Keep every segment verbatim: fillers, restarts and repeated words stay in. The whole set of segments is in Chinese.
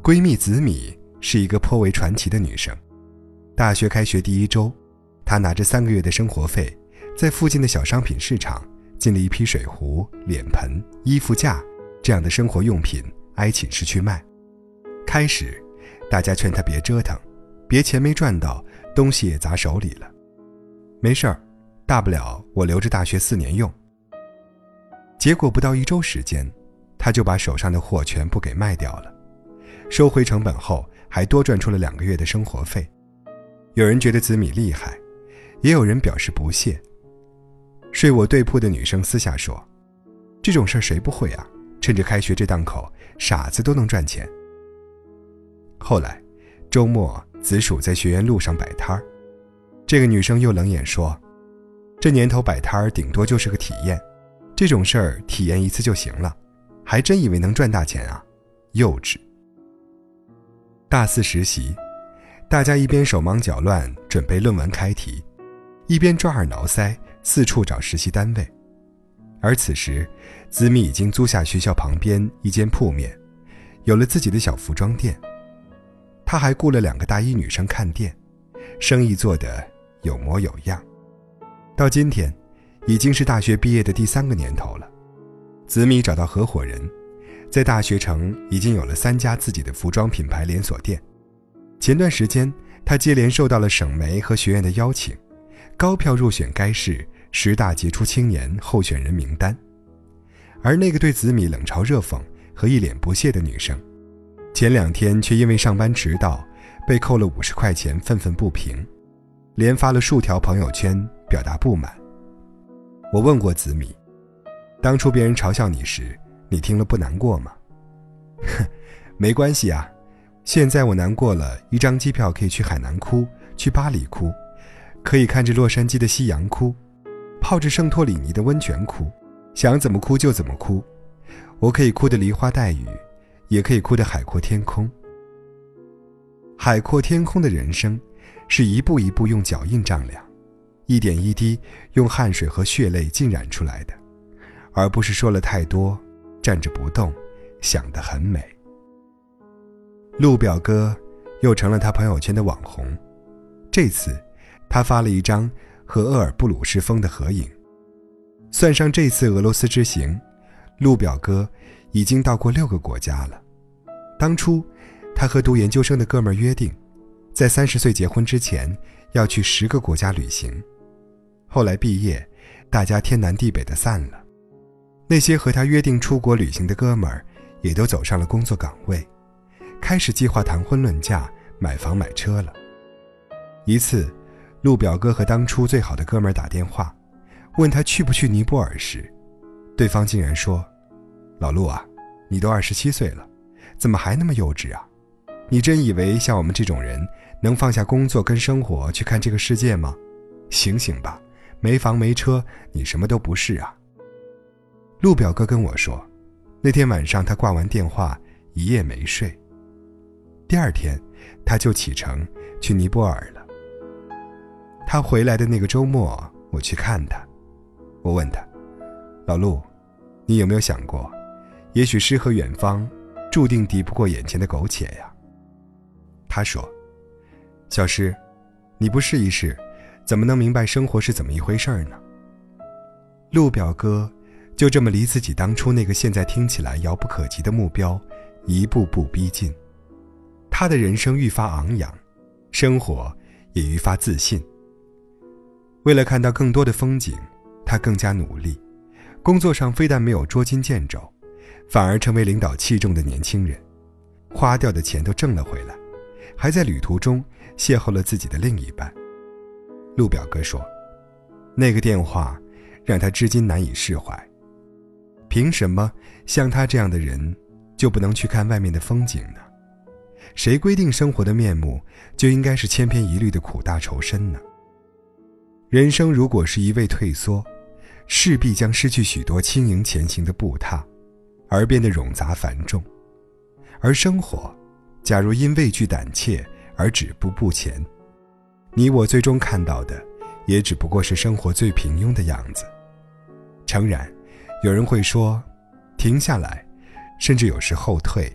闺蜜子米是一个颇为传奇的女生。大学开学第一周，她拿着三个月的生活费，在附近的小商品市场进了一批水壶、脸盆、衣服架这样的生活用品挨寝室去卖。开始大家劝她别折腾，别钱没赚到，东西也砸手里了。没事儿，大不了我留着大学四年用。结果不到一周时间，她就把手上的货全部给卖掉了，收回成本后还多赚出了两个月的生活费。有人觉得子米厉害，也有人表示不屑。睡我对铺的女生私下说，这种事谁不会啊，趁着开学这档口，傻子都能赚钱。后来周末子鼠在学院路上摆摊儿，这个女生又冷眼说，这年头摆摊儿顶多就是个体验，这种事儿体验一次就行了，还真以为能赚大钱啊，幼稚。大四实习，大家一边手忙脚乱准备论文开题，一边抓耳挠腮四处找实习单位。而此时子米已经租下学校旁边一间铺面，有了自己的小服装店。他还雇了两个大一女生看店，生意做得有模有样。到今天已经是大学毕业的第三个年头了，子米找到合伙人，在大学城已经有了三家自己的服装品牌连锁店。前段时间他接连受到了省媒和学院的邀请，高票入选该市十大杰出青年候选人名单。而那个对子米冷嘲热讽和一脸不屑的女生，前两天却因为上班迟到被扣了五十块钱，愤愤不平，连发了数条朋友圈表达不满。我问过子米，当初别人嘲笑你时，你听了不难过吗？哼，没关系啊，现在我难过了，一张机票可以去海南哭，去巴黎哭，可以看着洛杉矶的夕阳哭，泡着圣托里尼的温泉哭，想怎么哭就怎么哭。我可以哭得梨花带雨，也可以哭得海阔天空。海阔天空的人生是一步一步用脚印丈量，一点一滴用汗水和血泪浸染出来的，而不是说了太多，站着不动，想得很美。陆表哥又成了他朋友圈的网红，这次他发了一张和鄂尔布鲁士峰的合影。算上这次俄罗斯之行，陆表哥已经到过六个国家了。当初他和读研究生的哥们儿约定，在三十岁结婚之前要去十个国家旅行。后来毕业，大家天南地北的散了。那些和他约定出国旅行的哥们儿也都走上了工作岗位，开始计划谈婚论嫁，买房买车了。一次，陆表哥和当初最好的哥们儿打电话，问他去不去尼泊尔时，对方竟然说，老陆啊，你都二十七岁了，怎么还那么幼稚啊？你真以为像我们这种人能放下工作跟生活去看这个世界吗？醒醒吧，没房没车，你什么都不是啊。陆表哥跟我说，那天晚上他挂完电话一夜没睡，第二天他就启程去尼泊尔了。他回来的那个周末，我去看他，我问他，老陆，你有没有想过，也许诗和远方注定敌不过眼前的苟且呀？他说，小诗，你不试一试，怎么能明白生活是怎么一回事呢？陆表哥就这么离自己当初那个现在听起来遥不可及的目标一步步逼近。他的人生愈发昂扬，生活也愈发自信。为了看到更多的风景，他更加努力，工作上非但没有捉襟见肘，反而成为领导器重的年轻人，花掉的钱都挣了回来，还在旅途中邂逅了自己的另一半。陆表哥说，那个电话让他至今难以释怀。凭什么像他这样的人就不能去看外面的风景呢？谁规定生活的面目就应该是千篇一律的苦大仇深呢？人生如果是一味退缩，势必将失去许多轻盈前行的步踏，而变得冗杂繁重。而生活假如因畏惧胆怯而止步不前，你我最终看到的也只不过是生活最平庸的样子。诚然，有人会说，停下来，甚至有时后退，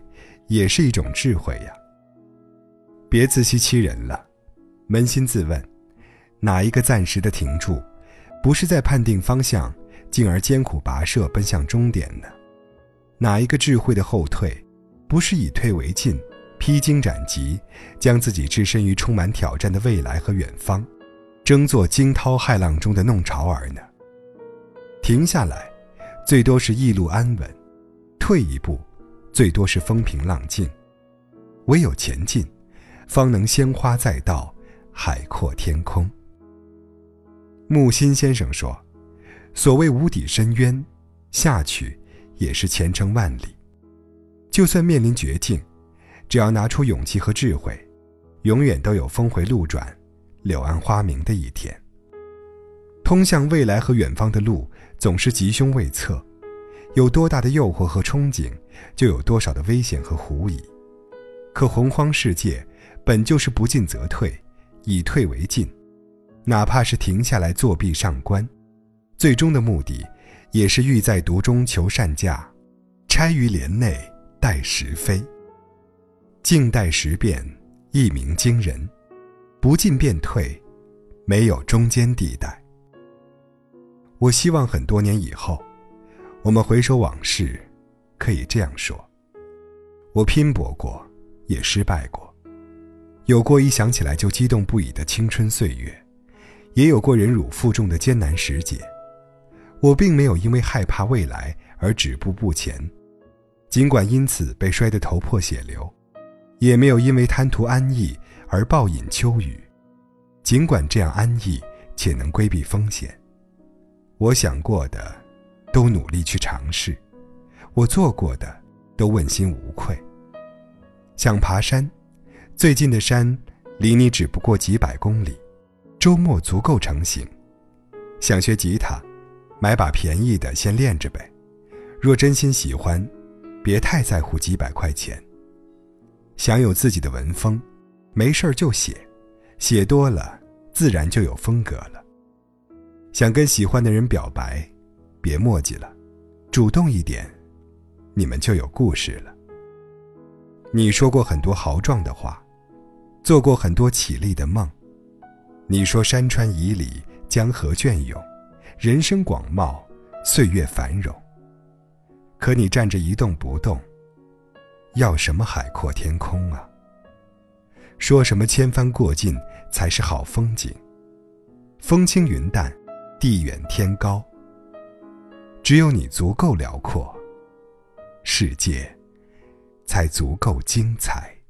也是一种智慧呀。别自欺欺人了，扪心自问，哪一个暂时的停住，不是在判定方向，进而艰苦跋涉奔向终点呢？哪一个智慧的后退，不是以退为进，披荆斩棘，将自己置身于充满挑战的未来和远方，争做惊涛骇浪中的弄潮儿呢？停下来，最多是一路安稳；退一步，最多是风平浪静。唯有前进，方能鲜花载道，海阔天空。木心先生说，所谓无底深渊，下去也是前程万里。就算面临绝境，只要拿出勇气和智慧，永远都有峰回路转、柳暗花明的一天。通向未来和远方的路总是吉凶未测，有多大的诱惑和憧憬，就有多少的危险和狐疑。可洪荒世界本就是不进则退，以退为进，哪怕是停下来作壁上观，最终的目的也是欲在独中求善价，拆于帘内待时飞。静待时变，一鸣惊人；不进便退，没有中间地带。我希望很多年以后，我们回首往事，可以这样说：我拼搏过，也失败过，有过一想起来就激动不已的青春岁月，也有过忍辱负重的艰难时节。我并没有因为害怕未来而止步不前，尽管因此被摔得头破血流，也没有因为贪图安逸而暴饮秋雨，尽管这样安逸且能规避风险。我想过的都努力去尝试，我做过的都问心无愧。想爬山，最近的山离你只不过几百公里，周末足够成行。想学吉他，买把便宜的先练着呗，若真心喜欢，别太在乎几百块钱。想有自己的文风，没事儿就写，写多了自然就有风格了。想跟喜欢的人表白，别磨叽了，主动一点，你们就有故事了。你说过很多豪壮的话，做过很多绮丽的梦。你说山川旖旎，江河隽永，人生广袤，岁月繁荣。可你站着一动不动，要什么海阔天空啊？说什么千帆过尽才是好风景，风轻云淡，地远天高。只有你足够辽阔，世界才足够精彩。